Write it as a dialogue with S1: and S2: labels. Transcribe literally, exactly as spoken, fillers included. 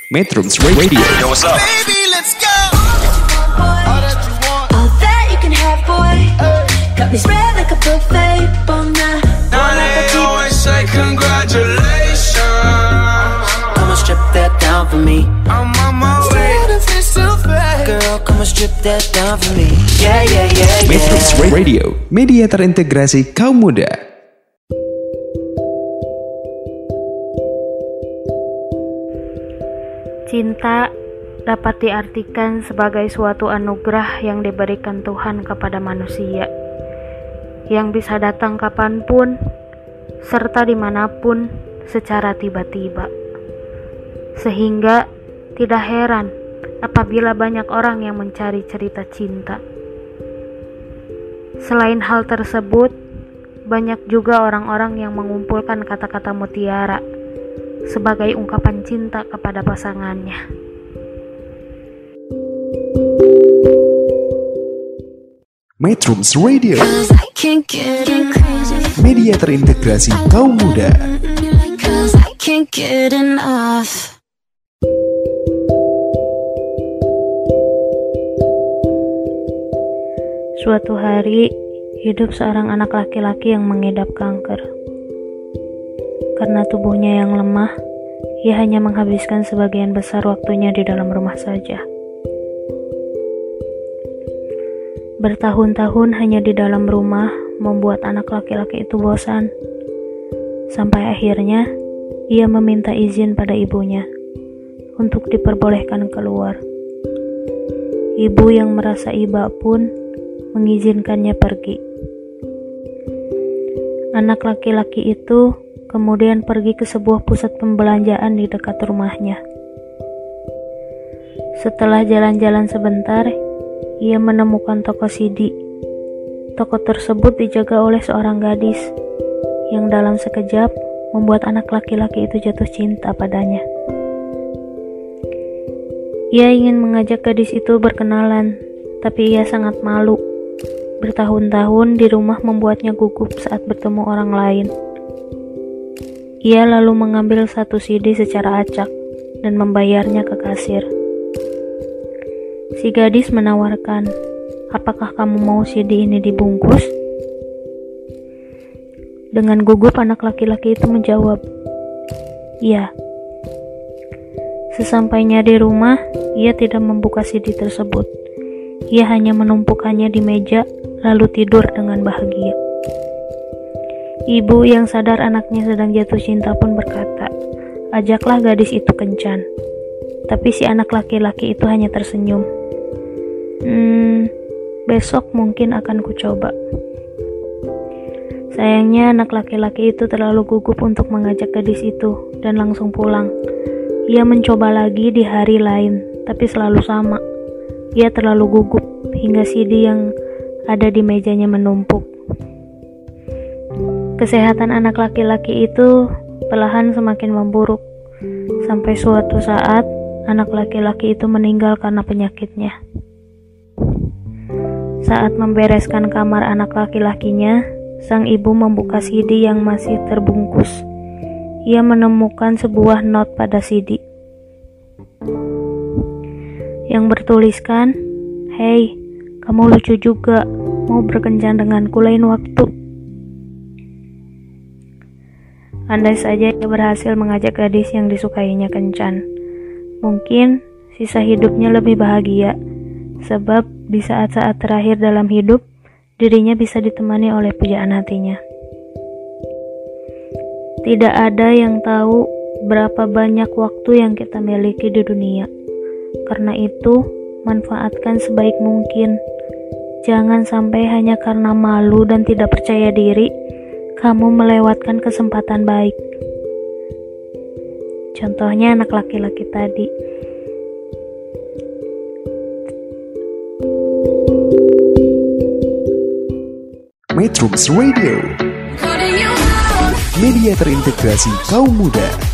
S1: Metrums Radio.
S2: Yo, what's up?
S3: Baby, let's go. All that you want, all that you can have, boy. Got me spread like a buffet, bon now.
S2: Now they always say congratulations.
S3: Come on, strip that down for me.
S2: I'm on my way.
S3: Girl, come on, strip that down for me. Yeah, yeah, yeah, yeah.
S1: Metrums Radio, media terintegrasi kaum muda.
S4: Cinta dapat diartikan sebagai suatu anugerah yang diberikan Tuhan kepada manusia, yang bisa datang kapanpun, serta dimanapun secara tiba-tiba. Sehingga tidak heran apabila banyak orang yang mencari cerita cinta. Selain hal tersebut, banyak juga orang-orang yang mengumpulkan kata-kata mutiara sebagai ungkapan cinta kepada pasangannya.
S1: Metrums Radio, media terintegrasi kaum muda.
S4: Suatu hari, hidup seorang anak laki-laki yang mengidap kanker. Karena tubuhnya yang lemah, ia hanya menghabiskan sebagian besar waktunya di dalam rumah saja. Bertahun-tahun hanya di dalam rumah membuat anak laki-laki itu bosan. Sampai akhirnya, ia meminta izin pada ibunya untuk diperbolehkan keluar. Ibu yang merasa iba pun mengizinkannya pergi. Anak laki-laki itu kemudian pergi ke sebuah pusat pembelanjaan di dekat rumahnya. Setelah jalan-jalan sebentar, ia menemukan toko C D. Toko tersebut dijaga oleh seorang gadis yang dalam sekejap membuat anak laki-laki itu jatuh cinta padanya. Ia ingin mengajak gadis itu berkenalan, tapi ia sangat malu. Bertahun-tahun di rumah membuatnya gugup saat bertemu orang lain. Ia lalu mengambil satu C D secara acak dan membayarnya ke kasir. Si gadis menawarkan, "Apakah kamu mau C D ini dibungkus?" Dengan gugup anak laki-laki itu menjawab, "Iya." Sesampainya di rumah, ia tidak membuka C D tersebut. Ia hanya menumpukannya di meja lalu tidur dengan bahagia. Ibu yang sadar anaknya sedang jatuh cinta pun berkata, "Ajaklah gadis itu kencan." Tapi si anak laki-laki itu hanya tersenyum. Hmm, besok mungkin akan kucoba. Sayangnya anak laki-laki itu terlalu gugup untuk mengajak gadis itu dan langsung pulang. Ia mencoba lagi di hari lain, tapi selalu sama. Ia terlalu gugup hingga C D yang ada di mejanya menumpuk. Kesehatan anak laki-laki itu perlahan semakin memburuk, sampai suatu saat anak laki-laki itu meninggal karena penyakitnya. Saat membereskan kamar anak laki-lakinya, sang ibu membuka C D yang masih terbungkus. Ia menemukan sebuah not pada C D yang bertuliskan, "Hei, kamu lucu juga, mau berkencan denganku lain waktu." Andai saja ia berhasil mengajak gadis yang disukainya kencan, mungkin sisa hidupnya lebih bahagia, sebab di saat-saat terakhir dalam hidup, dirinya bisa ditemani oleh pujaan hatinya. Tidak ada yang tahu berapa banyak waktu yang kita miliki di dunia. Karena itu, manfaatkan sebaik mungkin. Jangan sampai hanya karena malu dan tidak percaya diri, kamu melewatkan kesempatan baik. Contohnya anak laki-laki tadi.
S1: Metrums Radio, media terintegrasi kaum muda.